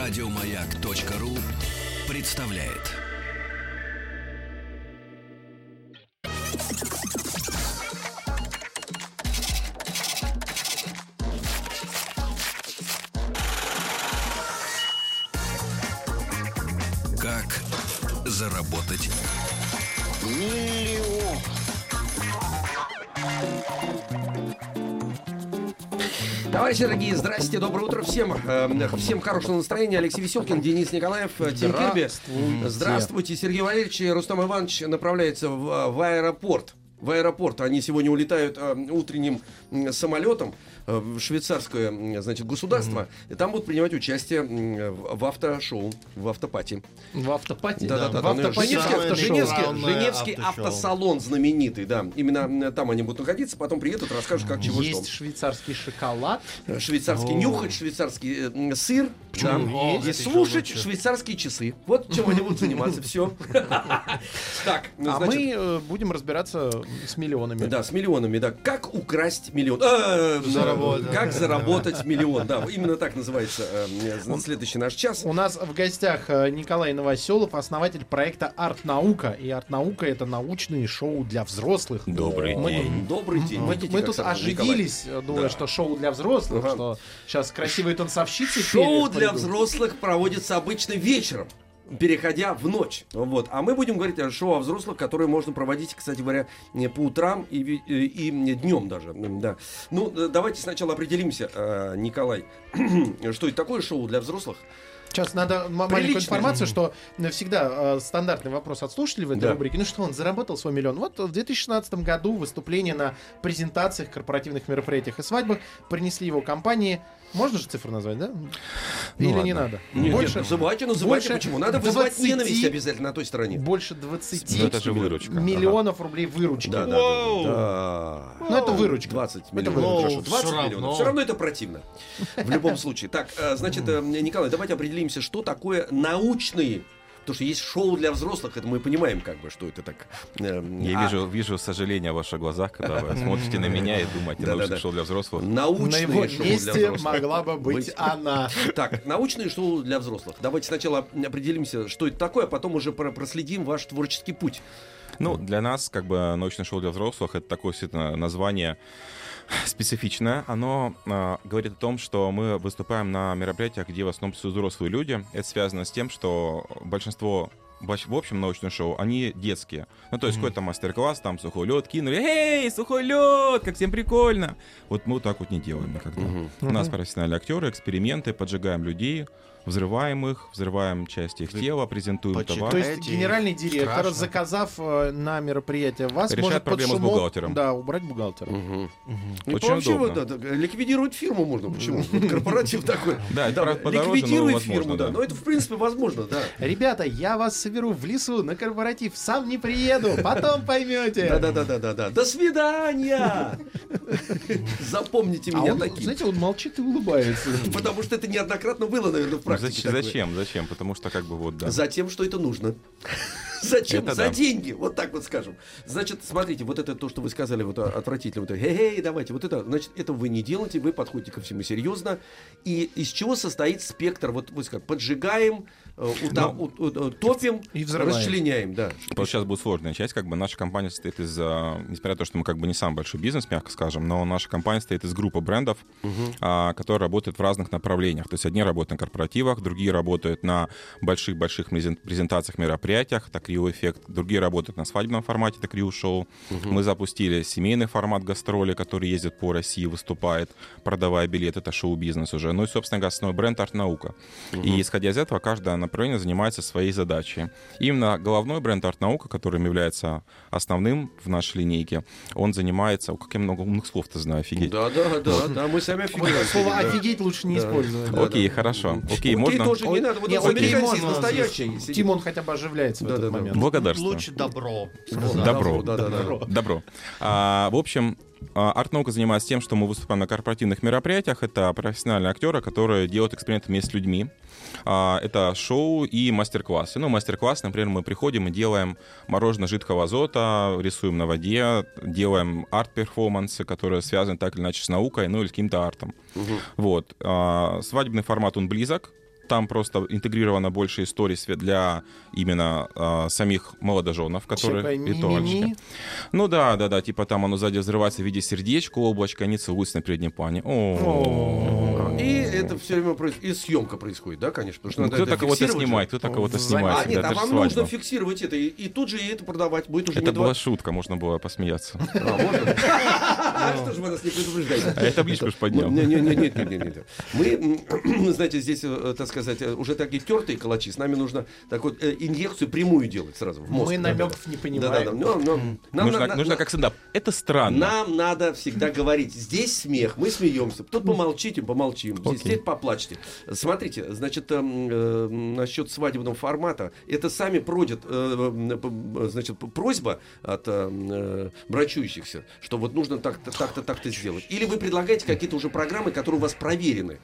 Радиомаяк.ру представляет. Как заработать миллион? Товарищи дорогие, здрасте, доброе утро всем. Всем хорошего настроения. Алексей Веселкин, Денис Николаев, Тим Кирби. Здравствуйте. Сергей Валерьевич и Рустам Иванович направляются в аэропорт. В аэропорт. Они сегодня улетают утренним самолетом в швейцарское, значит, государство. И там будут принимать участие в автошоу, в автопати. В автопати? Да. В автопати. Женевский автосалон знаменитый, да. Именно там они будут находиться. Потом приедут, расскажут, как, чего, что. Есть швейцарский шоколад. Швейцарский нюхать, швейцарский сыр. Да. И что слушать лучше? швейцарские часы. Вот чем они будут заниматься. Все. Так, А мы будем разбираться с миллионами. Да, с миллионами, да. Как украсть миллион? Как заработать миллион? Да, именно так называется следующий наш час. У нас в гостях Николай Новоселов, основатель проекта «Арт-наука». И «Арт-наука» — это научные шоу для взрослых. Добрый день. Добрый день. Мы Видите, тут как сразу, оживились, думая, Да. что шоу для взрослых, что сейчас красивые танцовщицы Шоу пели в для пойду. взрослых проводится обычно вечером, переходя в ночь. Вот. А мы будем говорить о шоу о взрослых, которые можно проводить, кстати говоря, по утрам и днем даже. Да. Ну, давайте сначала определимся, Николай, что это такое шоу для взрослых. Сейчас надо маленькую Прилично. информацию, что всегда стандартный вопрос от слушателей в этой Да. рубрике. Ну что, он заработал свой миллион. Вот в 2016 году выступление на презентациях, корпоративных мероприятиях и свадьбах принесли его компании. Можно же цифру назвать, да? Или ладно. не надо? Нет, Больше, называйте. больше Почему? Надо вызывать 20 ненависть обязательно на той стороне. больше 20 Ну, это же выручка. миллионов рублей выручки. Да. Ну, это выручка. 20 Это миллионов. выручка. Хорошо, 20 миллионов. Все равно это противно. В любом случае. Так, значит, Николай, давайте определимся, что такое научные. Потому что есть шоу для взрослых, это мы понимаем, как бы, что это так. Я вижу сожаление в ваших глазах, когда вы смотрите на меня и думаете, Да-да-да. научное шоу для взрослых. На Научные его шоу для месте взрослых. могла бы быть она. Так, научные шоу для взрослых. Давайте сначала определимся, что это такое, а потом уже проследим ваш творческий путь. Ну, для нас, как бы, научное шоу для взрослых — это такое действительно название специфичное. Оно говорит о том, что мы выступаем на мероприятиях, где в основном присутствуют взрослые люди. Это связано с тем, что большинство, в общем, научные шоу, они детские. Ну, то есть какой-то мастер-класс, там сухой лед кинули. Эй, сухой лед, как всем прикольно. Вот мы вот так вот не делаем никогда. У нас профессиональные актеры, эксперименты, поджигаем людей, взрываем их, взрываем части их тела, презентуем товар. То есть генеральный директор, страшно. заказав на мероприятие вас, Решает может под проблему с шумок, бухгалтером. Да, убрать бухгалтера. Ну, Очень вообще, удобно. вот, ликвидировать фирму можно. Почему? Вот корпоратив такой. Да, это правда подороже, но ликвидировать возможно, фирму, да. да. Но это, в принципе, возможно, да. Ребята, я вас соберу в лесу на корпоратив, сам не приеду, потом поймете. Да. До свидания! Запомните А меня он, таким. знаете, он молчит и улыбается. Потому что это неоднократно было, наверное, в Ну, практике. такое. Зачем? Потому что как бы вот, да. Затем, что это нужно. Зачем? Это За да. деньги. Вот так вот скажем. Значит, смотрите, вот это то, что вы сказали, вот отвратительно. Вот, хей, давайте, вот это, значит, это вы не делаете, вы подходите ко всему серьезно. И из чего состоит спектр? Вот вы сказали, поджигаем, топим, И взрываем. расчленяем, да. Вот сейчас будет сложная часть, как бы наша компания состоит из, несмотря на то, что мы как бы не самый большой бизнес, мягко скажем, но наша компания состоит из группы брендов, которые работают в разных направлениях. То есть одни работают на корпоративах, другие работают на больших-больших презентациях, мероприятиях, это Крио Эффект, другие работают на свадебном формате, это Крио Шоу. Мы запустили семейный формат гастроли, который ездит по России, выступает, продавая билеты, это шоу-бизнес уже. Ну и, собственно говоря, основной бренд «Арт-наука». И исходя из этого, каждое направление занимается своей задачей. Именно головной бренд «Арт-наука», которым является основным в нашей линейке, он занимается... Как я много умных слов-то знаю, офигеть. Да, мы сами офигели. Слово «офигеть» лучше не использовать. Окей, хорошо. Окей, Окей, можно? тоже не надо. Вот Не, он американец Тимон, настоящий. сидит. Тимон хотя бы оживляется в Да. этот момент. Благодарствую. Лучше добро. Добро. Да. Добро. В общем, Арт-наука занимается тем, что мы выступаем на корпоративных мероприятиях. Это профессиональные актеры, которые делают эксперименты вместе с людьми. Это шоу и мастер-классы. Ну, мастер-класс, например, мы приходим и делаем мороженое жидкого азота, рисуем на воде, делаем арт-перформансы, которые связаны так или иначе с наукой, ну или с каким-то артом. Вот. Свадебный формат, он близок. там просто интегрировано больше историй для именно самих молодоженов, которые ритуальчики. Ну да, типа там оно сзади взрывается в виде сердечка, облачко, они целуются на переднем плане. И это все время происходит, и съемка происходит, да, конечно, потому что кто-то кого-то снимает, кто-то кого-то снимает. Нет, а вам нужно фиксировать это и тут же это продавать. Будет уже это была шутка, можно было посмеяться. Что же вы нас не предупреждаете? А я табличку ж поднял. Нет. Мы, знаете, здесь, так сказать, уже такие тертые калачи. С нами нужно такую инъекцию прямую делать сразу в мозг. Мы намеков не понимаем. Нужно как стендап. Это странно. Нам надо всегда говорить. Здесь смех, мы смеемся. Тут помолчите, помолчим. Здесь поплачьте. Смотрите, значит, насчет свадебного формата. Это сами пройдет, значит, просьба от брачующихся, что вот нужно так-то сделать. Или вы предлагаете какие-то уже программы, которые у вас проверены?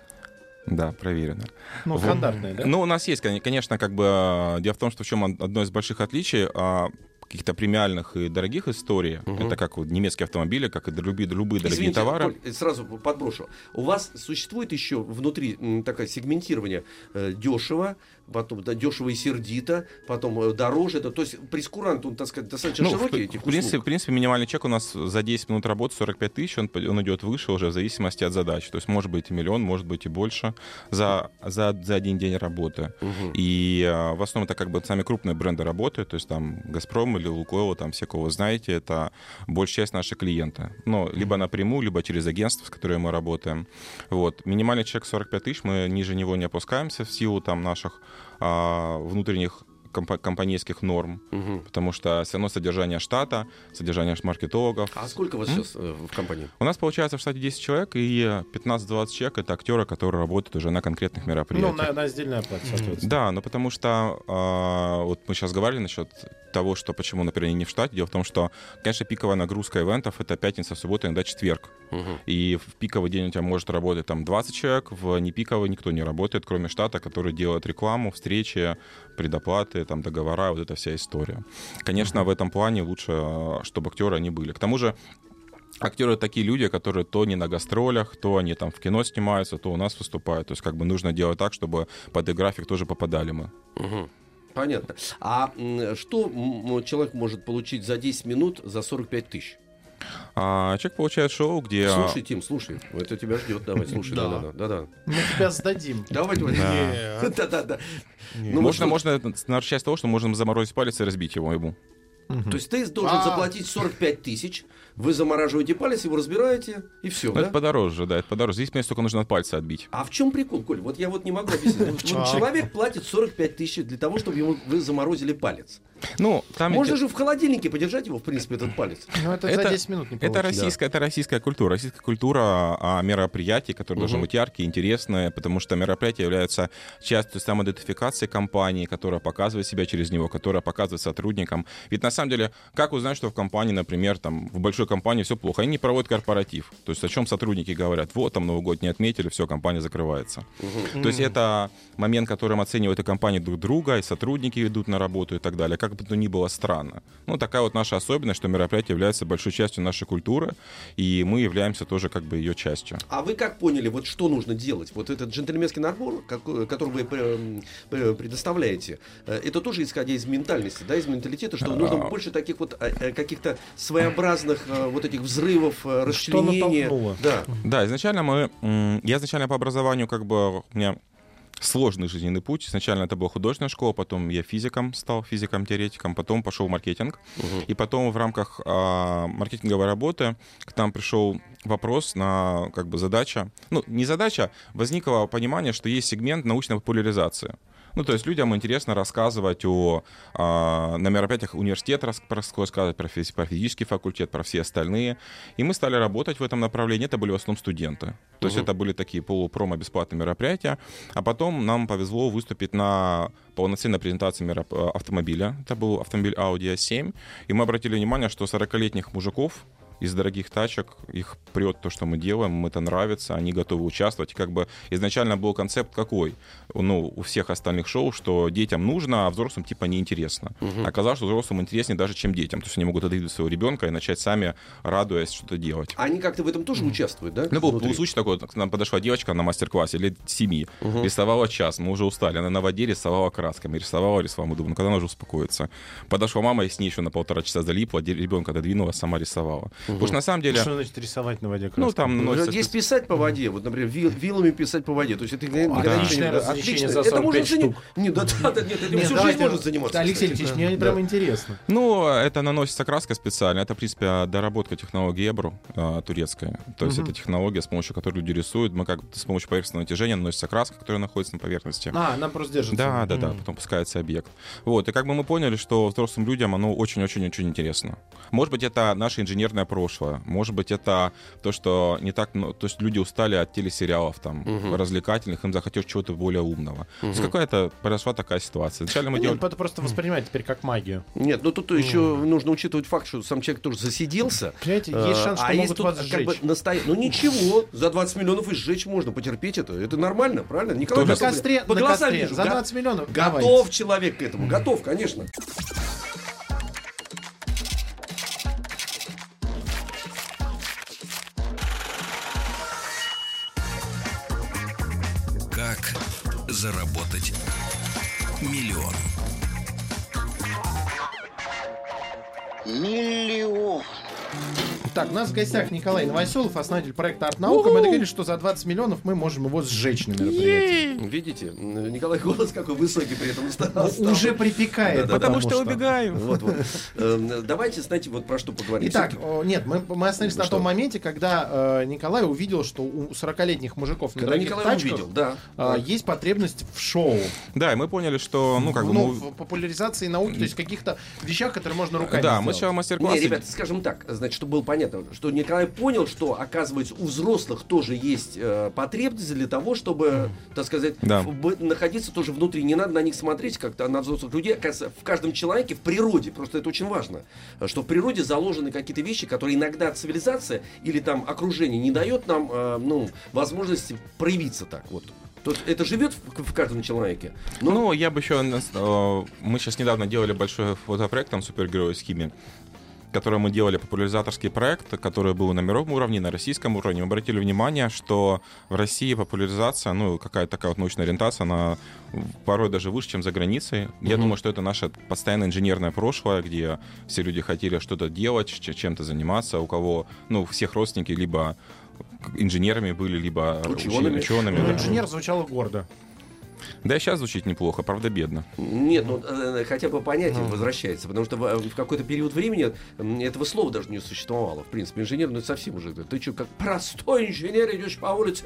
Да, проверено. Ну, стандартные, да? Ну, у нас есть, конечно, как бы... Дело в том, что в чем одно из больших отличий каких-то премиальных и дорогих историй, это как вот немецкие автомобили, как и любые дорогие товары. Коль, сразу подброшу. У вас существует еще внутри такое сегментирование дешево, потом дешево и сердито, потом дороже. То есть прескурант, он, так сказать, достаточно широкий этих услуг. В принципе, минимальный чек у нас за 10 минут работы 45 тысяч, он идет выше уже в зависимости от задач. То есть может быть и миллион, может быть и больше за один день работы. И в основном это как бы сами крупные бренды работают, то есть там «Газпром» или «Лукойл», там все, кого вы знаете, это большая часть наших клиентов. Ну, либо напрямую, либо через агентство, с которыми мы работаем. Вот. Минимальный чек 45 тысяч, мы ниже него не опускаемся в силу там наших внутренних компанейских норм, потому что все равно содержание штата, содержание маркетологов. А сколько у вас сейчас в компании? У нас получается в штате 10 человек, и 15-20 человек — это актеры, которые работают уже на конкретных мероприятиях. Ну, на отдельной оплате, соответственно. Да, но потому что вот мы сейчас говорили насчет того, что почему, например, они не в штате. Дело в том, что, конечно, пиковая нагрузка ивентов — это пятница, суббота, иногда четверг. И в пиковый день у тебя может работать там 20 человек, в непиковый никто не работает, кроме штата, который делает рекламу, встречи, предоплаты, там, договора, вот эта вся история. Конечно, в этом плане лучше, чтобы актеры они были. К тому же актеры такие люди, которые то не на гастролях, то они там в кино снимаются, то у нас выступают. То есть как бы нужно делать так, чтобы под их график тоже попадали мы. Понятно. А что человек может получить за 10 минут за 45 тысяч? Человек получает шоу, где... Слушай, Тим, слушай. Это тебя ждет. Давай, слушай. Да. Мы тебя сдадим. Давай. Да. Можно начать с того, что можно заморозить палец и разбить его ему. То есть ты должен заплатить 45 тысяч, вы замораживаете палец, его разбираете, и все, да? Это подороже, да, это подороже. Здесь мне только нужно от пальца отбить. А в чем прикол, Коль? Вот я вот не могу объяснить. Человек платит 45 тысяч для того, чтобы вы заморозили палец. Ну, там можно же в холодильнике подержать его, в принципе, этот палец. Но это за 10 минут не получится. Это российская культура. Российская культура мероприятий, которые должны быть яркие, интересные, потому что мероприятия являются частью самоидентификации компании, которая показывает себя через него, которая показывает сотрудникам. Ведь на самом деле, как узнать, что в компании, например, там, в большой компании все плохо? Они не проводят корпоратив. То есть о чем сотрудники говорят? Вот, там Новый год не отметили, все, компания закрывается. То есть это момент, которым оценивают и компании друг друга, и сотрудники идут на работу и так далее. Как бы то ни было странно. Ну, такая вот наша особенность, что мероприятие является большой частью нашей культуры, и мы являемся тоже как бы ее частью. А вы как поняли, вот что нужно делать? Вот этот джентльменский набор, который вы предоставляете, это тоже исходя из ментальности, да, из менталитета, что нужно больше таких вот каких-то своеобразных вот этих взрывов, расчленения. Да, изначально я изначально по образованию как бы у меня сложный жизненный путь. Сначала это была художественная школа, потом я стал физиком-теоретиком, потом пошел в маркетинг. И потом в рамках маркетинговой работы к нам пришел вопрос на как бы задача. Ну, не задача, возникло понимание, что есть сегмент научной популяризации. Ну, то есть людям интересно рассказывать на мероприятиях университет рассказывать про физический факультет, про все остальные. И мы стали работать в этом направлении. Это были в основном студенты. То есть это были такие полупромо-бесплатные мероприятия. А потом нам повезло выступить на полноценной презентации автомобиля. Это был автомобиль Audi A7. И мы обратили внимание, что 40-летних мужиков из дорогих тачек, их прет то, что мы делаем, им это нравится, они готовы участвовать. И как бы изначально был концепт какой? Ну, у всех остальных шоу, что детям нужно, а взрослым типа неинтересно. Оказалось, что взрослым интереснее даже, чем детям. То есть они могут отодвинуть своего ребенка и начать сами, радуясь, что-то делать. Они как-то в этом тоже участвуют, да? Ну, был случай такой, к нам подошла девочка на мастер-классе лет 7, рисовала час, мы уже устали, она на воде рисовала красками, рисовала, мы думаем, ну когда она уже успокоится. Подошла мама и с ней еще на 1,5 часа залипла, ребенка отодвинула, сама рисовала. Потому что на самом деле... Что значит рисовать на воде красками? Ну, там наносится... Есть писать по воде, вот, например, вилами писать по воде. То есть это Отличное развлечение за 45 штук. Нет, этим всю жизнь может заниматься. Алексей Алексеевич, мне прям интересно. Ну, это наносится краска специально. Это, в принципе, доработка технологии Эбру турецкая. То есть это технология, с помощью которой люди рисуют. Мы как-то с помощью поверхностного натяжения наносится краска, которая находится на поверхности. Она просто держится. Да, потом пускается объект. Вот, и как бы мы поняли, что взрослым людям оно очень-очень-очень интересно. Может быть, это наше инженерное прошлое. Может быть, это то, что не так... Ну, то есть люди устали от телесериалов там, развлекательных, им захотелось чего-то более умного. То есть какая-то произошла такая ситуация. Изначально мы делали... Это просто воспринимать теперь как магию. Нет, ну тут еще нужно учитывать факт, что сам человек тоже засиделся. Понимаете, есть шанс, что могут вас сжечь. Ну ничего, за 20 миллионов и сжечь можно, потерпеть это. Это нормально, правильно? Николай на костре, по глазам вижу. За 20 миллионов. Готов давайте. Человек к этому, готов, конечно. Как заработать миллион? Миллион. Так, у нас в гостях Николай Новоселов, основатель проекта «Арт-наука». Мы договорились, что за 20 миллионов мы можем его сжечь на мероприятии. Видите, Николай голос какой высокий при этом стал. Уже припекает. Потому что убегаю. Вот. Давайте, знаете, вот про что поговорим. Итак, нет, мы остановились на том моменте, когда Николай увидел, что у 40-летних мужиков на дорогих тачках есть потребность в шоу. Да, и мы поняли, что, ну, как бы... в популяризации науки, то есть в каких-то вещах, которые можно руками Да, сделать. мы сначала мастер-класс... Не, ребята, скажем так, значит, чтобы было понятно, что Николай понял, что, оказывается, у взрослых тоже есть потребность для того, чтобы, так сказать, находиться тоже внутри. Не надо на них смотреть как-то, на взрослых людей. Оказывается, в каждом человеке, в природе, просто это очень важно, что в природе заложены какие-то вещи, которые иногда цивилизация или там окружение не дает нам, возможности проявиться так вот. То есть это живет в каждом человеке. Ну, я бы еще... Мы сейчас недавно делали большой фотопроект, там, «Супергерои с химией», который мы делали, популяризаторский проект, который был на мировом уровне, на российском уровне. Мы обратили внимание, что в России популяризация, ну, какая-то такая вот научная ориентация, она порой даже выше, чем за границей. Я думаю, что это наше постоянное инженерное прошлое, где все люди хотели что-то делать, чем-то заниматься, у кого, ну, всех родственники либо инженерами были, либо учеными. Ну, инженер звучало гордо. Да и сейчас звучит неплохо, правда, бедно. Нет, ну хотя бы понятие возвращается, потому что в какой-то период времени этого слова даже не существовало. В принципе, инженер, ну это совсем уже. Ты что, как простой инженер идешь по улице?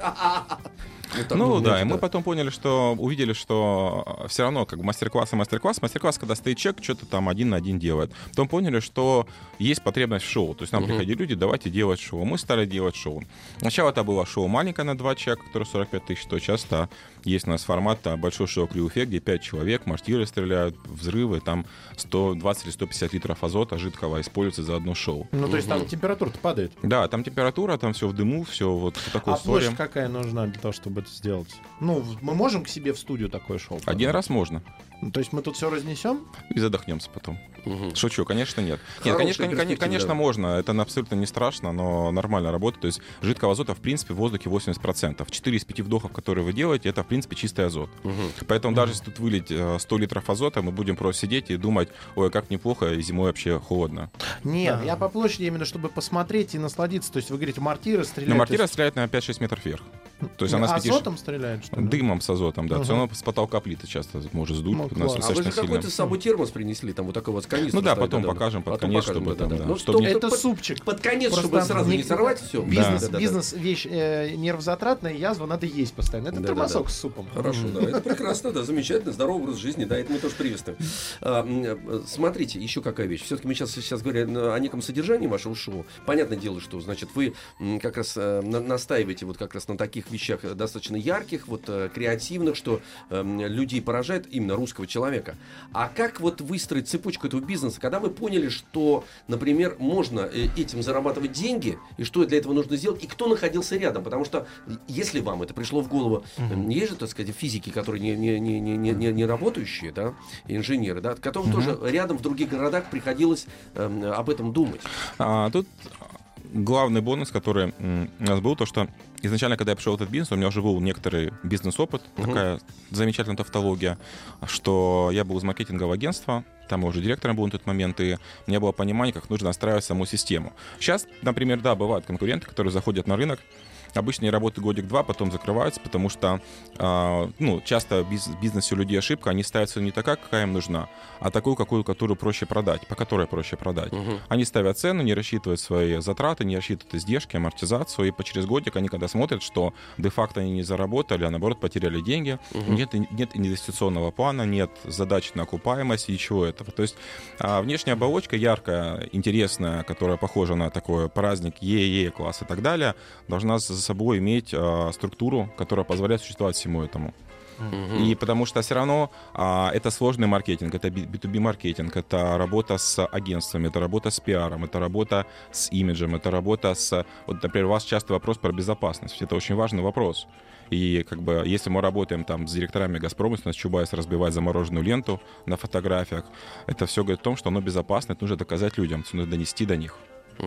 Ну да, и мы потом поняли, что увидели, что все равно как бы мастер-класс, когда стоит человек, что-то там один на один делает. Потом поняли, что есть потребность в шоу. То есть нам приходили люди, давайте делать шоу. Мы стали делать шоу. Сначала это было шоу маленькое на 2 человека, которое 45 тысяч, то сейчас есть у нас формат большой шоу «Крю-эффект», где 5 человек, мортиры стреляют, взрывы, там 120 или 150 литров азота жидкого используется за одно шоу. Ну, то есть там температура-то падает? Да, там температура, там все в дыму, все вот такое. А площадь какая нужна для того, чтобы это сделать? Ну, мы можем к себе в студию такое шоу? Один раз можно. Ну, то есть мы тут все разнесем? И задохнемся потом. Шучу, конечно, нет. Хорошая Нет, конечно, можно. Это абсолютно не страшно, но нормально работает. То есть жидкого азота, в принципе, в воздухе 80%. 4 из 5 вдохов, которые вы делаете, это, в принципе, чистый азот. Поэтому даже если тут вылить 100 литров азота, мы будем просто сидеть и думать, ой, как неплохо, и зимой вообще холодно. Нет, я по площади именно, чтобы посмотреть и насладиться. То есть вы говорите, мортира стреляет. Но мортира стреляет на 5-6 метров вверх. То есть она азотом стреляет, что ли? Дымом с азотом, да. То есть она с потолка плиты часто может сдуть. А вы же какой-то с собой термос принесли, там вот такой вот с канистрой. Ну да, потом покажем под конец, чтобы там, да. Это супчик. Под конец, чтобы сразу не сорвать все. Бизнес вещь нервозатратная, язву надо есть постоянно. Это термосок с супом. Хорошо, да, это прекрасно, да, замечательно, здоровый образ жизни, да, это мы тоже приветствуем. Смотрите, еще какая вещь. Все-таки мы сейчас говорим о неком содержании вашего шоу. Понятное дело, что, значит, вы как раз настаиваете вот как раз на таких таких вещах достаточно ярких, вот креативных, что людей поражает именно русского человека. А как вот выстроить цепочку этого бизнеса, когда вы поняли, что, например, можно этим зарабатывать деньги, и что для этого нужно сделать, и кто находился рядом? Потому что, если вам это пришло в голову, есть же, так сказать, физики, которые не работающие, да, инженеры, да, которым тоже рядом в других городах приходилось об этом думать. Тут главный бонус, который у нас был, то, что изначально, когда я пришел в этот бизнес, у меня уже был некоторый бизнес-опыт, такая замечательная тавтология, что я был из маркетингового агентства, там я уже директором был на тот момент, и у меня было понимание, как нужно настраивать саму систему. Сейчас, например, да, бывают конкуренты, которые заходят на рынок, обычно они работают годик-два, потом закрываются, потому что часто в бизнесе у людей ошибка, они ставят цену не такая, какая им нужна, а такую, которую проще продать, по которой проще продать. Они ставят цену, не рассчитывают свои затраты, не рассчитывают издержки, амортизацию, и через годик они когда смотрят, что де-факто они не заработали, а наоборот потеряли деньги, нет инвестиционного плана, нет задач на окупаемость, ничего этого. То есть внешняя оболочка яркая, интересная, которая похожа на такой праздник класс и так далее, должна за собой иметь структуру, которая позволяет существовать всему этому. И потому что все равно это сложный маркетинг, это B2B-маркетинг, это работа с агентствами, это работа с пиаром, это работа с имиджем, это работа с... Вот, например, у вас часто вопрос про безопасность. Это очень важный вопрос. И как бы если мы работаем там с директорами «Газпрома», у нас Чубайс разбивает замороженную ленту на фотографиях, это все говорит о том, что оно безопасно, это нужно доказать людям, это нужно донести до них.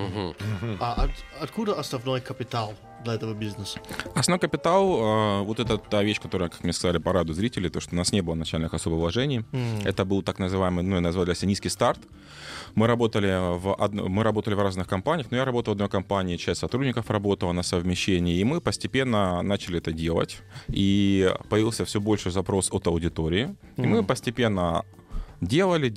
А откуда основной капитал для этого бизнеса? Основной капитал, вот это та вещь, которая, как мне сказали, порадует зрителей, то, что у нас не было начальных особо вложений. Это был так называемый, назвали низкий старт. Мы работали в разных компаниях, но я работал в одной компании, часть сотрудников работала на совмещении, и мы постепенно начали это делать. И появился все больше запрос от аудитории. И мы постепенно делали,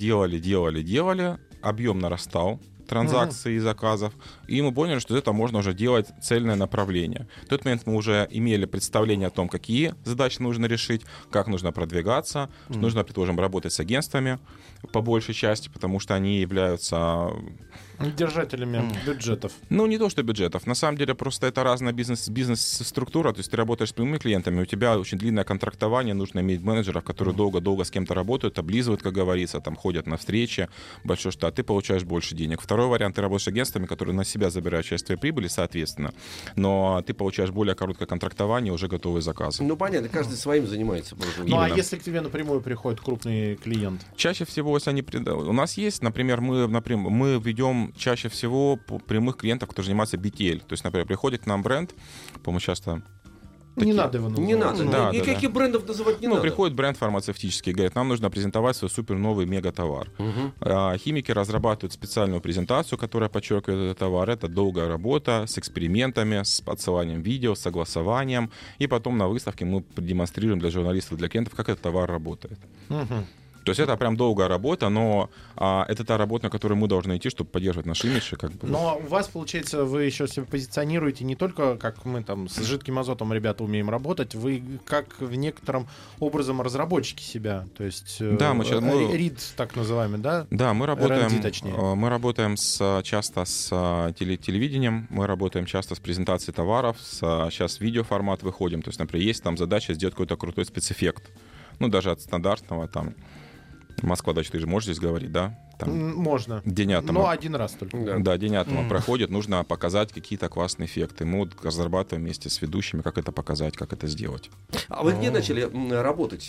объем нарастал, транзакций и заказов, и мы поняли, что это можно уже делать цельное направление. В тот момент мы уже имели представление о том, какие задачи нужно решить, как нужно продвигаться, нужно, предположим, работать с агентствами по большей части, потому что они являются... держателями бюджетов. Не то, что бюджетов. На самом деле просто это разная бизнес-структура. То есть ты работаешь с прямыми клиентами, у тебя очень длинное контрактование, нужно иметь менеджеров, которые долго-долго с кем-то работают, облизывают, как говорится, там ходят на встречи, большой штат, ты получаешь больше денег. Второй вариант, ты работаешь с агентствами, которые на себя забирают часть твоей прибыли, соответственно, но ты получаешь более короткое контрактование, уже готовые заказы. Понятно, каждый своим занимается. А если к тебе напрямую приходит крупный клиент? Чаще всего, если они... У нас есть, например, мы ведем чаще всего прямых клиентов, которые занимаются BTL. То есть, например, приходит к нам бренд, по-моему, часто... Не надо его называть. Не надо. Никаких брендов называть не надо. Приходит бренд фармацевтический, говорит, нам нужно презентовать свой супер новый мега-товар. Химики разрабатывают специальную презентацию, которая подчеркивает этот товар. Это долгая работа с экспериментами, с отсыланием видео, с согласованием. И потом на выставке мы продемонстрируем для журналистов, для клиентов, как этот товар работает. То есть это прям долгая работа, но это та работа, на которую мы должны идти, чтобы поддерживать наш имидж. Но у вас, получается, вы еще себя позиционируете не только, как мы там с жидким азотом, ребята, умеем работать, вы как в некотором образом разработчики себя. То есть RID, так называемый, да? Да, мы работаем, R&D, точнее. Мы работаем часто с телевидением, мы работаем часто с презентацией товаров, сейчас в видеоформат выходим. То есть, например, есть там задача сделать какой-то крутой спецэффект. Даже от стандартного там Москва-24 же можешь здесь говорить, да? Там можно. День атома. Но один раз только. Да, День атома проходит, нужно показать какие-то классные эффекты. Мы разрабатываем вместе с ведущими, как это показать, как это сделать. А вы где начали работать?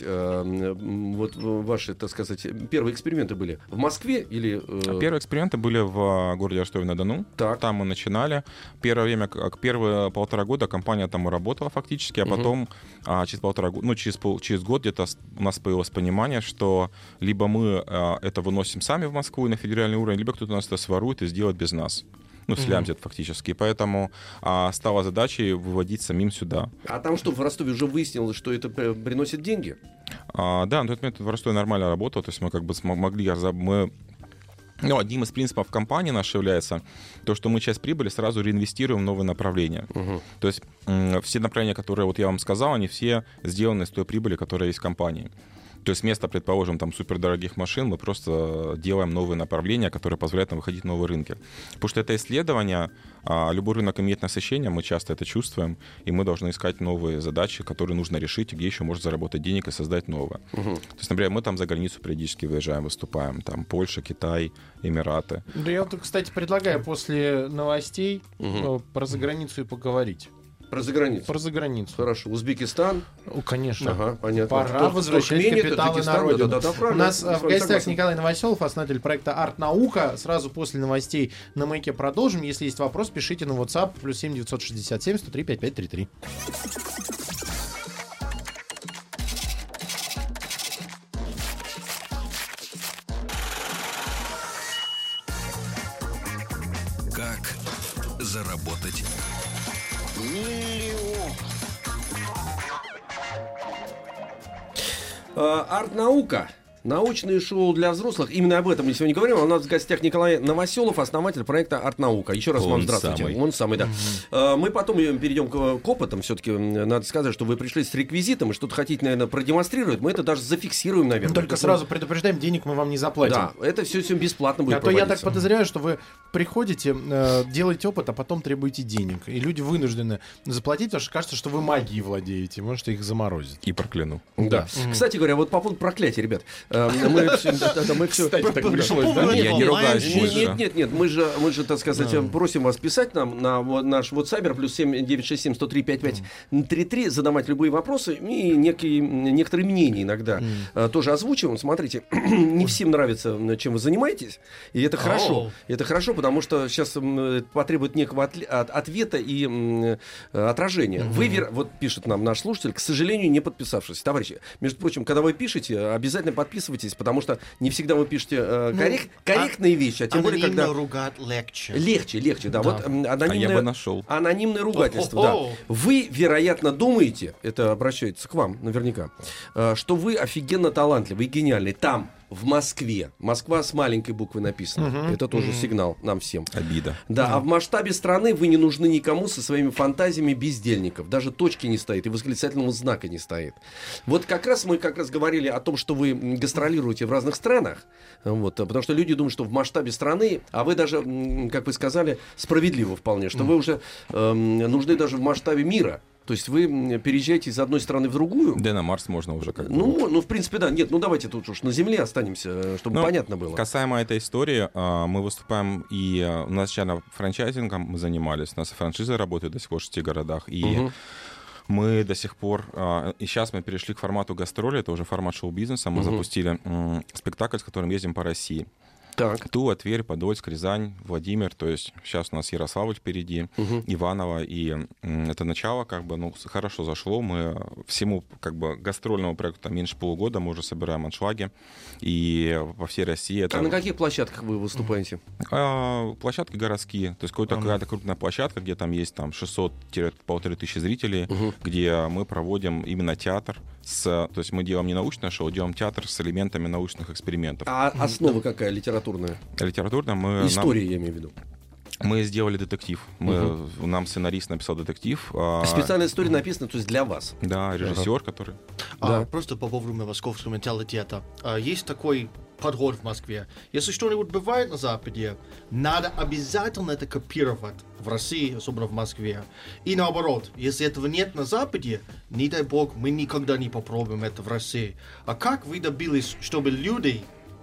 Вот ваши, так сказать, первые эксперименты были в Москве или... Первые эксперименты были в городе Ростове-на-Дону. Так. Там мы начинали. Первые 1,5 года компания там и работала фактически, а потом через год где-то у нас появилось понимание, что либо мы это выносим сами в Москву и на федеральный уровень, либо кто-то нас это сворует и сделает без нас. Слямзит фактически. И поэтому стала задачей выводить самим сюда. А там что, в Ростове уже выяснилось, что это приносит деньги? Да, на тот момент в Ростове нормально работало. То есть мы как бы могли... одним из принципов компании нашей является то, что мы часть прибыли сразу реинвестируем в новые направления. То есть все направления, которые вот я вам сказал, они все сделаны из той прибыли, которая есть в компании. То есть вместо, предположим, там супердорогих машин мы просто делаем новые направления, которые позволяют нам выходить в новые рынки. Потому что это исследование, любой рынок имеет насыщение, мы часто это чувствуем, и мы должны искать новые задачи, которые нужно решить, где еще можно заработать денег и создать новое. То есть, например, мы там за границу периодически выезжаем, выступаем, там Польша, Китай, Эмираты. Да, я вот, кстати, предлагаю после новостей про заграницу и поговорить. Про заграницу. Про заграницу. Хорошо. Узбекистан. Конечно. Ага, понятно. Пора возвращать капиталы на родину. Да, у нас в гостях Николай Новоселов, основатель проекта «Арт-наука». Сразу после новостей на Маяке продолжим. Если есть вопрос, пишите на WhatsApp +7 967 103 5533. Как заработать миллион? Арт-наука. Научное шоу для взрослых. Именно об этом мы сегодня говорим. У нас в гостях Николай Новоселов, основатель проекта «Арт-наука». Еще раз вам здравствуйте. Он самый, да. Мы потом перейдем к опытам. Все-таки надо сказать, что вы пришли с реквизитом и что-то хотите, наверное, продемонстрировать. Мы это даже зафиксируем, наверное. Только сразу предупреждаем, денег мы вам не заплатим. Да, это все бесплатно будет проводиться. А то я так подозреваю, что вы приходите, делаете опыт, а потом требуете денег. И люди вынуждены заплатить, потому что кажется, что вы магией владеете. Можете их заморозить. И прокляну. Да. Кстати говоря, вот по поводу проклятия, ребят. Мы все... Кстати, так пришлось, да? Я не ругаюсь больше. Нет, мы же, так сказать, просим вас писать нам на наш WhatsApp +7 967 103 5533, задавать любые вопросы и некоторые мнения иногда тоже озвучиваем. Смотрите, не всем нравится, чем вы занимаетесь, и это хорошо. Это хорошо, потому что сейчас потребует некого ответа и отражения. Вы, вот пишет нам наш слушатель, к сожалению, не подписавшись. Товарищи, между прочим, когда вы пишете, обязательно подписывайтесь, потому что не всегда вы пишете корректные вещи, а тем более, когда... ругать легче. Легче, да. Вот я бы нашел. Анонимное ругательство, да. Вы, вероятно, думаете, это обращается к вам наверняка, что вы офигенно талантливый и гениальный там, в Москве. Москва с маленькой буквы написано. Это тоже сигнал нам всем. Обида. Да, а в масштабе страны вы не нужны никому со своими фантазиями бездельников. Даже точки не стоит и восклицательного знака не стоит. Вот мы говорили о том, что вы гастролируете в разных странах. Вот, потому что люди думают, что в масштабе страны, а вы даже, как вы сказали, справедливо вполне, что вы уже нужны даже в масштабе мира. То есть вы переезжаете из одной страны в другую. Да, на Марс можно уже как-то. Ну, в принципе, да. Нет, давайте тут уж на Земле останемся, чтобы понятно было. Касаемо этой истории, мы выступаем, и у нас сначала франчайзингом мы занимались, у нас франшиза работает до сих пор в 6 городах, и мы до сих пор, и сейчас мы перешли к формату гастроли, это уже формат шоу-бизнеса, мы запустили спектакль, с которым ездим по России. Так. Тула, Тверь, Подольск, Рязань, Владимир, то есть сейчас у нас Ярославль впереди, Иваново, и это начало хорошо зашло, мы всему гастрольному проекту там меньше полугода, мы уже собираем аншлаги, и по всей России это... А на каких площадках вы выступаете? Площадки городские, то есть какая-то крупная площадка, где там есть 600-1500 зрителей, где мы проводим именно театр, то есть мы делаем не научное шоу, делаем театр с элементами научных экспериментов. А основа какая литературная? Литературная мы... История, я имею в виду. Мы сделали детектив. Нам сценарист написал детектив. Специальная история написана, то есть для вас. Да, режиссер, который... Просто по поводу московского менталитета. Есть такой подход в Москве. Если что-нибудь бывает на Западе, надо обязательно это копировать в России, особенно в Москве. И наоборот, если этого нет на Западе, не дай бог, мы никогда не попробуем это в России. А как вы добились, чтобы люди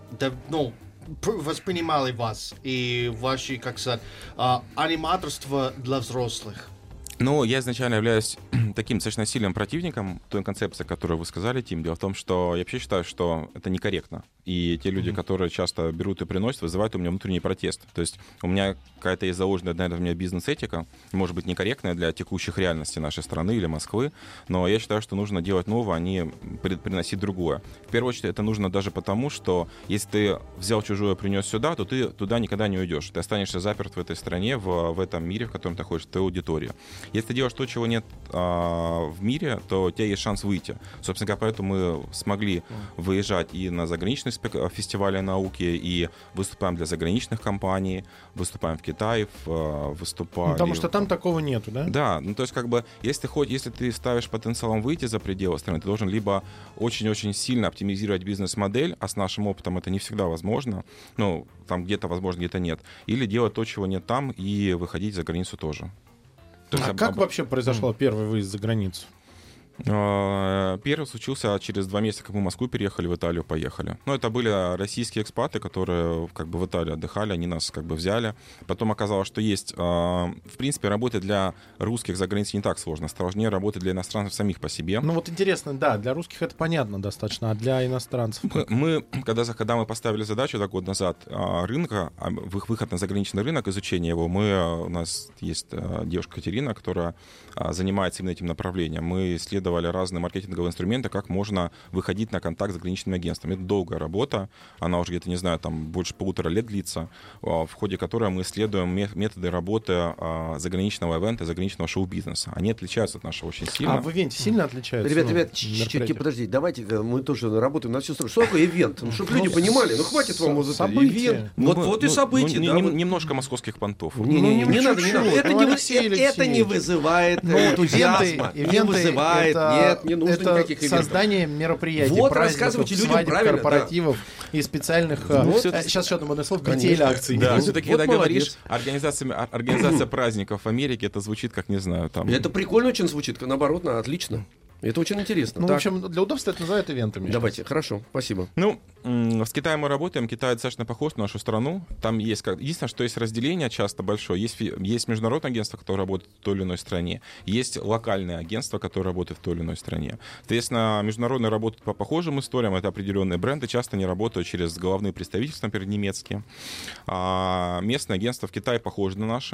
воспринимали вас и ваши, аниматорство для взрослых? Я изначально являюсь таким достаточно сильным противником той концепции, которую вы сказали, Тим. Дело в том, что я вообще считаю, что это некорректно. И те люди, которые часто берут и приносят, вызывают у меня внутренний протест. То есть у меня какая-то есть заложенная, наверное, у меня бизнес-этика, может быть, некорректная для текущих реальностей нашей страны или Москвы, но я считаю, что нужно делать новое, а не приносить другое. В первую очередь, это нужно даже потому, что если ты взял чужое и принес сюда, то ты туда никогда не уйдешь. Ты останешься заперт в этой стране, в этом мире, в котором ты ходишь, в твоей аудитории. Если ты делаешь то, чего нет в мире, то у тебя есть шанс выйти. Собственно говоря, поэтому мы смогли выезжать и на заграничные фестивали науки, и выступаем для заграничных компаний, выступаем в Китае, выступаем... Потому что там такого нету, да? Да, ну то есть как бы, если ты ставишь потенциалом выйти за пределы страны, ты должен либо очень-очень сильно оптимизировать бизнес-модель, а с нашим опытом это не всегда возможно, ну, там где-то возможно, где-то нет, или делать то, чего нет там, и выходить за границу тоже. Как вообще произошел первый выезд за границу? Первый случился через 2 месяца, как мы в Москву переехали, в Италию поехали. Ну, это были российские экспаты, которые как бы в Италии отдыхали, они нас как бы взяли. Потом оказалось, что есть, в принципе, работать для русских за границей не так сложно, сложнее работать для иностранцев самих по себе. Ну, вот интересно, да, для русских это понятно достаточно, а для иностранцев? Мы, когда мы поставили задачу год назад рынка, выход на заграничный рынок, изучение его, у нас есть девушка Катерина, которая занимается именно этим направлением. Мы исследовали разные маркетинговые инструменты, как можно выходить на контакт с заграничными агентствами. Это долгая работа, она уже где-то, не знаю, там больше 1,5 лет длится, в ходе которой мы исследуем методы работы заграничного ивента, заграничного шоу-бизнеса. Они отличаются от нашего очень сильно. А в ивенте сильно отличаются? Ребят, подождите, давайте, мы тоже работаем на всю сторону. Что такое ивент? Ну, чтобы люди понимали, ну хватит вам вот это ивент. Вот и события. Немножко московских понтов. Не надо. Это не вызывает энтузиазма. Не вызывает. Нет, не нужно никаких ивентов. Создание мероприятий, вот праздников, свадеб, корпоративов и специальных... Сейчас еще одно модное слово, бретель акций. Да, все-таки, когда говоришь организация праздников в Америке, это звучит как, не знаю, там... Это прикольно очень звучит, наоборот, отлично. Это очень интересно. Ну, в общем, для удобства это называют ивентами. Давайте, хорошо, спасибо. Ну, с Китаем мы работаем. Китай достаточно похож на нашу страну. Там есть... Единственное, что есть разделение часто большое. Есть международное агентство, которое работает в той или иной стране. Есть локальные агентства, которые работают в той или иной стране. Соответственно, международные работают по похожим историям. Это определенные бренды. Часто они работают через головные представительства, например, немецкие. Местные агентства в Китае похожи на наши.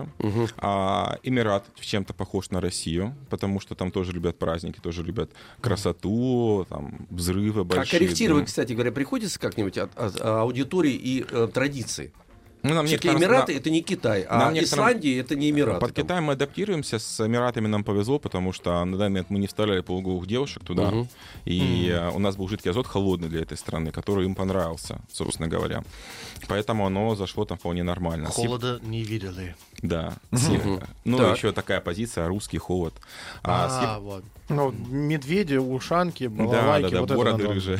Эмират в чем-то похож на Россию, потому что там тоже любят праздники, тоже любят красоту, там, взрывы большие. А корректировать, кстати говоря, приходится как-нибудь от аудитории и традиций? Все-таки Эмираты — это не Китай, а Исландия — это не Эмираты. Под Китаем мы адаптируемся, с Эмиратами нам повезло, потому что на данный момент мы не вставляли полуголых девушек туда, и у нас был жидкий азот холодный для этой страны, который им понравился, собственно говоря. Поэтому оно зашло там вполне нормально. Холода не видели. Да. Ну, еще такая позиция — русский холод. Вот. Ну, медведи, ушанки, балалайки. Да, бороды рыжие.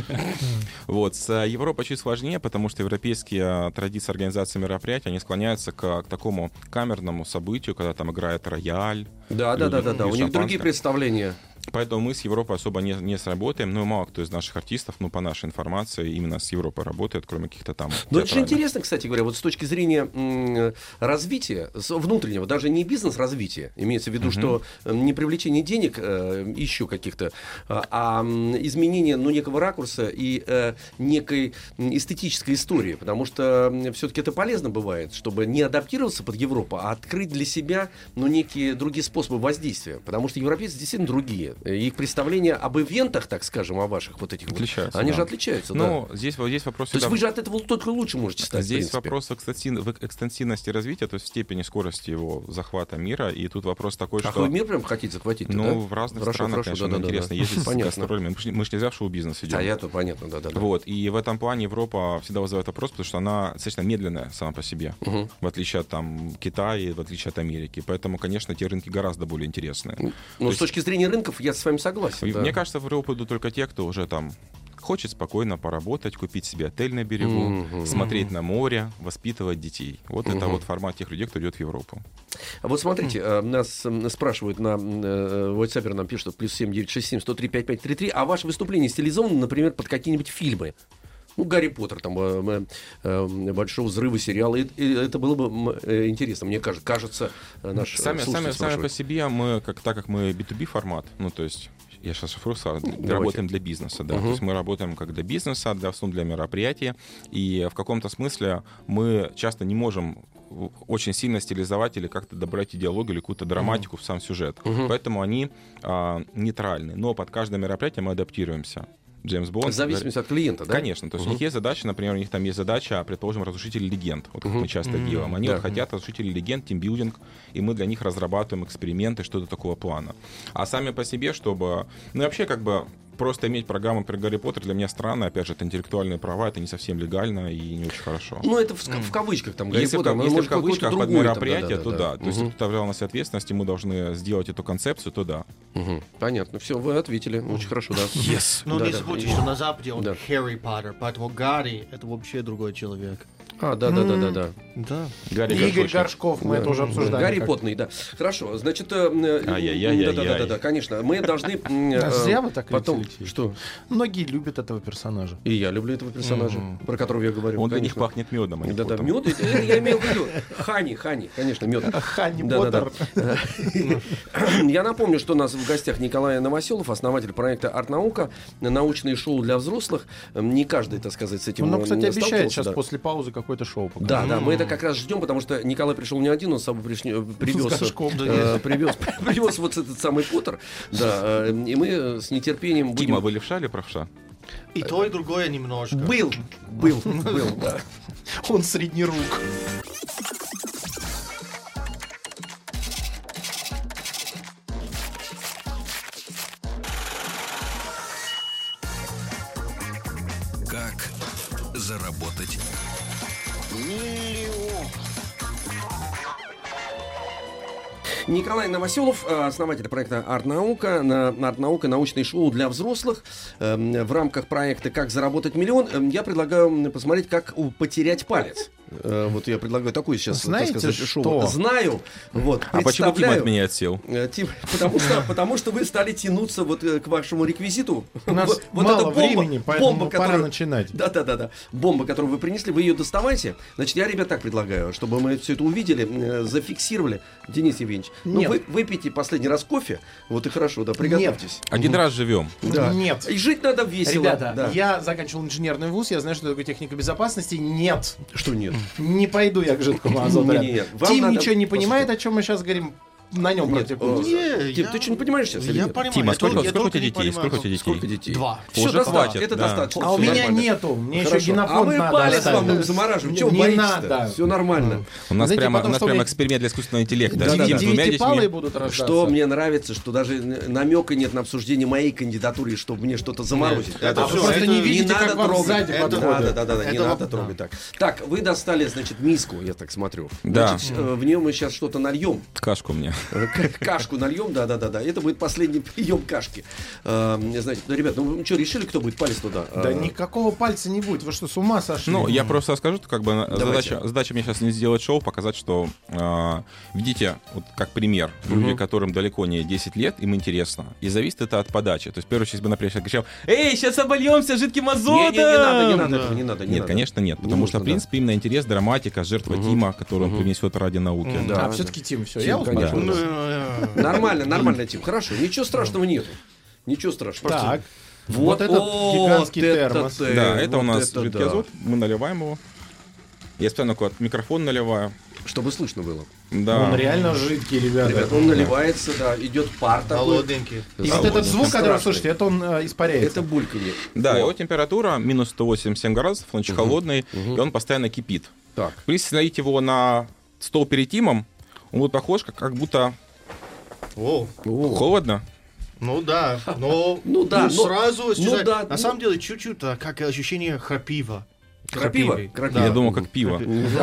Вот. С Европой чуть сложнее, потому что европейские традиции организации мероприятий, они склоняются к такому камерному событию, когда там играет рояль. Да. У них другие представления. Поэтому мы с Европой особо не сработаем. Ну, мало кто из наших артистов, ну, по нашей информации, именно с Европой работает, кроме каких-то там... Ну, это же интересно, кстати говоря, вот с точки зрения развития, внутреннего, даже не бизнес-развития, имеется в виду, что не привлечение денег, еще каких-то, а изменение, ну, некого ракурса и некой эстетической истории, потому что все-таки это полезно бывает, чтобы не адаптироваться под Европу, а открыть для себя, ну, некие другие способы воздействия, потому что европейцы действительно другие. Их представления об ивентах, так скажем, о ваших вот этих отличаются, вот, они же отличаются. Ну, да. здесь вопрос... То есть вы же от этого только лучше можете стать, здесь вопрос в экстенсивности развития, то есть в степени скорости его захвата мира, и тут вопрос такой, что... А вы мир прям хотите захватить? Ну, да? в разных странах, конечно, интересно ездить с гастролями. Мы же не зря в шоу-бизнес идем. А я-то понятно, да. Вот, и в этом плане Европа всегда вызывает вопрос, потому что она достаточно медленная сама по себе, в отличие от там Китая, в отличие от Америки. Поэтому, конечно, те рынки гораздо более интересные. Но с точки зрения рынков я с вами согласен. Мне кажется, в Европу идут только те, кто уже там хочет спокойно поработать, купить себе отель на берегу, смотреть на море, воспитывать детей. Вот это вот формат тех людей, кто идет в Европу. А вот смотрите, нас спрашивают на WhatsApp, нам пишут, +7 967 103 5533, а ваше выступление стилизовано, например, под какие-нибудь фильмы? Ну, Гарри Поттер, там, Большого взрыва, сериала. Это было бы интересно, мне кажется, наш слушатель сами по себе мы, так как мы B2B формат, ну, то есть я сейчас шифрую, работаем для бизнеса, да. То есть мы работаем как для бизнеса, для мероприятий, и в каком-то смысле мы часто не можем очень сильно стилизовать или как-то добрать идеологию или какую-то драматику в сам сюжет. Поэтому они нейтральны. Но под каждое мероприятие мы адаптируемся. Джеймс Бонд. В зависимости от клиента, да? Конечно. То есть у них есть задача, например, у них там есть задача, предположим, разрушители легенд. Вот как мы часто делаем. Они вот хотят разрушители легенд, тимбилдинг, и мы для них разрабатываем эксперименты, что-то такого плана. А сами по себе, чтобы... Ну и вообще как бы просто иметь программу про Гарри Поттер для меня странно. Опять же, это интеллектуальные права, это не совсем легально и не очень хорошо. Ну, это в кавычках там Гарри Поттер. Если в кавычках под мероприятие, то да. То есть, если кто-то взял на себя ответственность, и мы должны сделать эту концепцию, то да. Понятно. Все, вы ответили. Очень хорошо, да. Yes. Но не забудьте, что на Западе он Harry Поттер, поэтому Гарри — это вообще другой человек. Да. Игорь Горшков, мы это уже обсуждали. Гарри Поттер, да. Хорошо, значит... Да, конечно. Мы должны... Зря вы так потом... любите. Что? Многие любят этого персонажа. И я люблю этого персонажа, про которого я говорю. Он для них пахнет медом. Да, мед. Я имею в виду Хани, конечно, мед. Хани Поттер. Я напомню, что у нас в гостях Николай Новоселов, основатель проекта «Арт-наука», научные шоу для взрослых. Не каждый, так сказать, с этим сталкивался. Он, кстати, обещает сейчас да. после паузы какое-то шоу показать. Да, мы это как раз ждем, потому что Николай пришел не один, он с собой привез вот этот самый Поттер. Да, и мы с нетерпением будем... Тима, вы левша или правша? И то, и другое немножко. Был, да. Он средний рук. Как заработать миллион? Николай Новоселов, основатель проекта «Арт-наука». «Арт-наука» — научное шоу для взрослых. В рамках проекта «Как заработать миллион» я предлагаю посмотреть, как потерять палец. Вот я предлагаю такое сейчас, знаете, так сказать, шоу. что? Знаю. Вот, а почему Тима от меня отсел? Потому что вы стали тянуться вот к вашему реквизиту. У нас вот мало эта времени, поэтому пора начинать. Да. Бомба, которую вы принесли, вы ее доставайте. Значит, я, ребят, так предлагаю, чтобы мы все это увидели, зафиксировали. Денис Евгеньевич, вы выпейте последний раз кофе, вот и хорошо, да, приготовьтесь. Один раз живем. Да. Нет. И жить надо весело. Ребята, я заканчивал инженерный вуз, я знаю, что такое техника безопасности. Нет. Что нет? Не пойду я к жидкому азоту. Тим ничего не понимает, о чем мы сейчас говорим. На нем практикуется. Тим, ты что, не понимаешь сейчас? Я понимаю. Тима, сколько у тебя детей? Сколько детей? 2. Все, достаточно. Это достаточно. А у меня нету. Мне еще генофонд надо. А мы палец вам будем замораживать. Чего вы боитесь-то? Все нормально. У нас прямо эксперимент для искусственного интеллекта. Девятипалые будут рождаться. Что мне нравится, что даже намека нет на обсуждение моей кандидатуры, чтобы мне что-то заморозить. Вы просто не видите, как вам сзади подходит. Да, не надо трогать так. Так, вы достали, значит, миску, я так смотрю. Да. В нее мы сейчас что-то нальем. Кашку мне. Кашку нальем, да. Это будет последний прием кашки. Знаете, ребят, ну что, решили, кто будет палец туда? Да никакого пальца не будет. Вы что, с ума сошли? Ну, я просто расскажу, как бы задача мне сейчас не сделать шоу, показать, что видите, вот как пример, люди, которым далеко не 10 лет, им интересно. И зависит это от подачи. То есть, в первую очередь, бы, например, кричал: «Эй, сейчас обольемся жидким азотом!» Не надо. Нет, конечно, нет. Потому что, в принципе, именно интерес, драматика, жертва Тима, которую он принесет ради науки. А все-таки Тим, все, я успокоился. Нормально, Тим, хорошо. Ничего страшного нету. Ничего страшного. Так. Вот этот гигантский термос. Да, это у нас жидкий азот. Мы наливаем его. Я специально микрофон наливаю. Чтобы слышно было. Да. Он реально жидкий, ребята. Он наливается, да, идет пар такой. Холодненький. И вот этот звук, который вы слышите, это он испаряется. Это бульканье. Да, его температура минус 187 градусов, он очень холодный, и он постоянно кипит. Так. Если налить его на стол перед Тимом, он будет похож, как будто холодно. Ну да, но сразу на самом деле чуть-чуть как ощущение крапива. Крапива? Я думал, как пиво.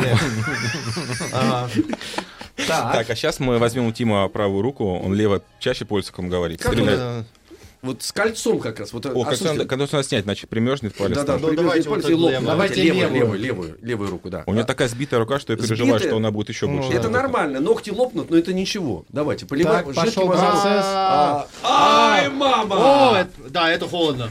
Так, а сейчас мы возьмем у Тима правую руку, он лево чаще пользуется, как он говорит. Вот с кольцом как раз. Когда надо снять, значит, примерзнет палец. Да, давайте палец и лоб. Давайте левую руку, да. У него такая сбитая рука, что я переживаю, что она будет еще больше. Это нормально, ногти лопнут, но это ничего. Давайте, поливаем. Пошел процесс. Ай, мама! Да, это холодно.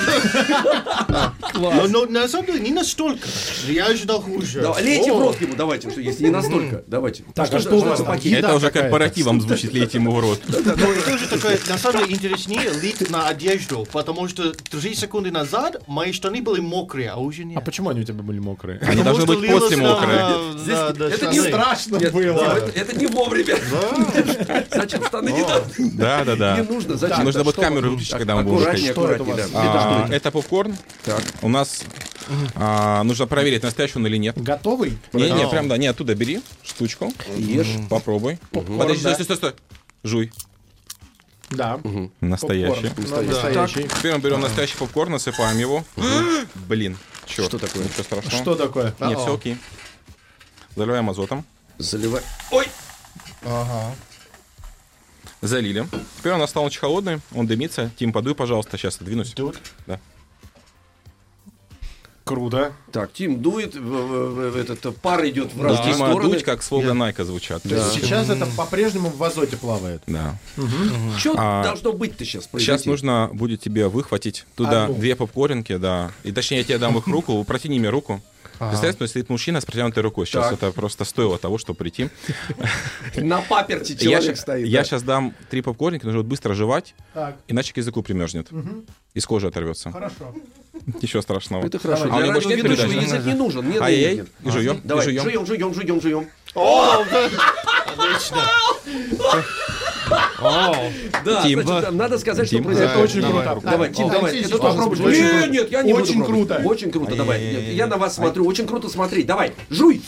Но на самом деле не настолько. Я ожидал хуже. Лейте в рот ему, давайте, если не настолько. Давайте. Так, а что у вас? Это уже корпоративом звучит, лейте ему в рот. Это уже такое, на самом деле, интереснее лить на одежду, потому что 3 секунды назад мои штаны были мокрые, а уже нет. А почему они у тебя были мокрые? Они должны быть после мокрые. Это не страшно было. Это не вовремя. Зачем штаны не надо? Да. Не нужно. Зачем? Нужно будет камеру выключить, когда мы будем Аккуратнее, аккуратнее. Это попкорн. Так. У нас нужно проверить, настоящий он или нет. Готовый? Не, прям да, не, оттуда бери штучку. Ешь. Попробуй. Подожди, стой. Жуй. Да. Настоящий. Настоящий. Теперь мы берем настоящий попкорн, насыпаем его. Блин, черт. Что такое? Ничего страшного. Что такое? Не, все окей. Заливаем азотом. Заливай. Ой! Ага. Залили. Теперь он стал очень холодный, он дымится. Тим, подуй, пожалуйста, сейчас отодвинусь. Тут? Да. Круто. Так, Тим дует, этот пар идет в У разные Тима стороны. дуть, как слоган Найка звучат. То есть сейчас это по-прежнему в азоте плавает. Да. Что должно быть-то сейчас произойти? Сейчас нужно будет тебе выхватить туда 2 попкорнки, да. И точнее, я тебе дам их в руку, протяни мне руку. Представь, что стоит мужчина с протянутой рукой. Сейчас Так. это просто стоило того, чтобы прийти. На паперти человек стоит. Я сейчас дам 3 попкорника, нужно будет быстро жевать, Так. иначе к языку примерзнет. Из кожи оторвется. Хорошо. Ничего страшного. Это хорошо. А у Для него больше нет радиоведущего передачи? язык не нужен. Нет, Ай-яй, нет. и жуем, Давай, и жуем. жуем. О, отлично. Да, Тим. значит, надо сказать, что Тим. произошло. Это очень круто. Давай, Тим, давай. Алексей, Это тоже попробуй. слушай. Очень Нет, я не буду Очень пробовать. круто. Очень круто, давай. Я на вас смотрю. Очень круто смотреть. Давай, жуй.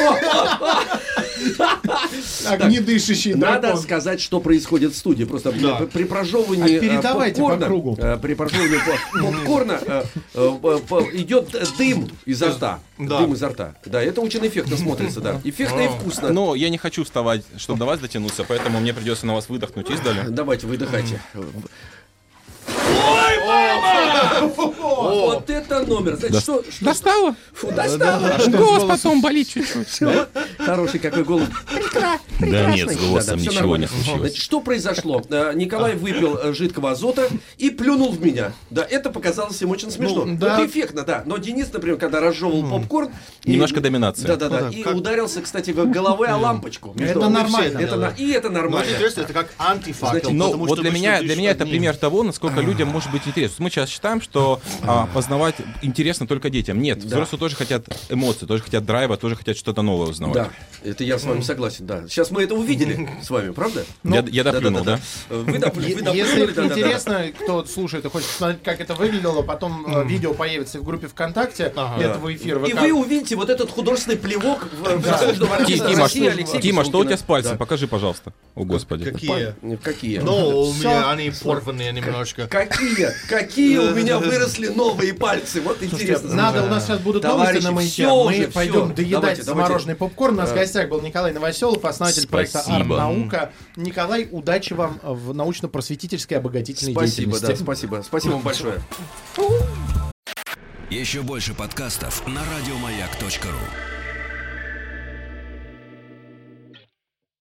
Огнедышащий Надо дракон. сказать, что происходит в студии. Просто при прожевывании А передавайте по попкорна, кругу. при прожевывании попкорна идет дым изо рта. Да. Дым изо рта. Да, это очень эффектно смотрится, да. Эффектно и вкусно. Но я не хочу вставать, чтобы до вас дотянуться, поэтому мне придется на вас выдохнуть издали. Давайте, выдыхайте. Ой, мама! Вот это номер. Значит, что? Достало? Фу, достало. Голос потом болит чуть-чуть. Хороший какой голос. Да нет, с голосом всё ничего нормально. не случилось. Значит, что произошло? Николай выпил жидкого азота и плюнул в меня. Да, это показалось им очень смешно. Ну, да. Это эффектно, да. Но Денис, например, когда разжевывал попкорн... Немножко доминация. Да. И ударился, кстати, головой о лампочку. Это нормально. И это Но нормально. интересно, это как антифакел. Ну, потому вот что для вы меня следишь это одним. пример того, насколько людям может быть интересно. Мы сейчас считаем, что познавать интересно только детям. Нет, взрослые тоже хотят эмоций, тоже хотят драйва, тоже хотят что-то новое узнавать. Да, это я с вами согласен, да. Сейчас мы это увидели с вами, правда? Я доплюнул, да? Вы доплюнули, Если да. интересно, кто слушает и хочет посмотреть, как это выглядело, потом видео появится в группе ВКонтакте этого эфира. И вы увидите вот этот художественный плевок в заслуженного артиста России Алексея Тима, что у тебя с Веселкина. пальцем? Да. Покажи, пожалуйста. О, Господи. Какие? Какие? Ну, у меня они порванные немножко. Какие у меня выросли новые пальцы? Вот интересно. Надо, у нас сейчас будут новости на маяке. всё Мы уже, пойдем всё. доедать Давайте. замороженный попкорн. У нас в гостях был Николай Новоселов, основатель проекта Спасибо. «Арт-наука». Николай, удачи вам в научно-просветительской обогатительной Спасибо, деятельности. да, спасибо. Спасибо вам большое. Еще больше подкастов на радиомаяк.ру.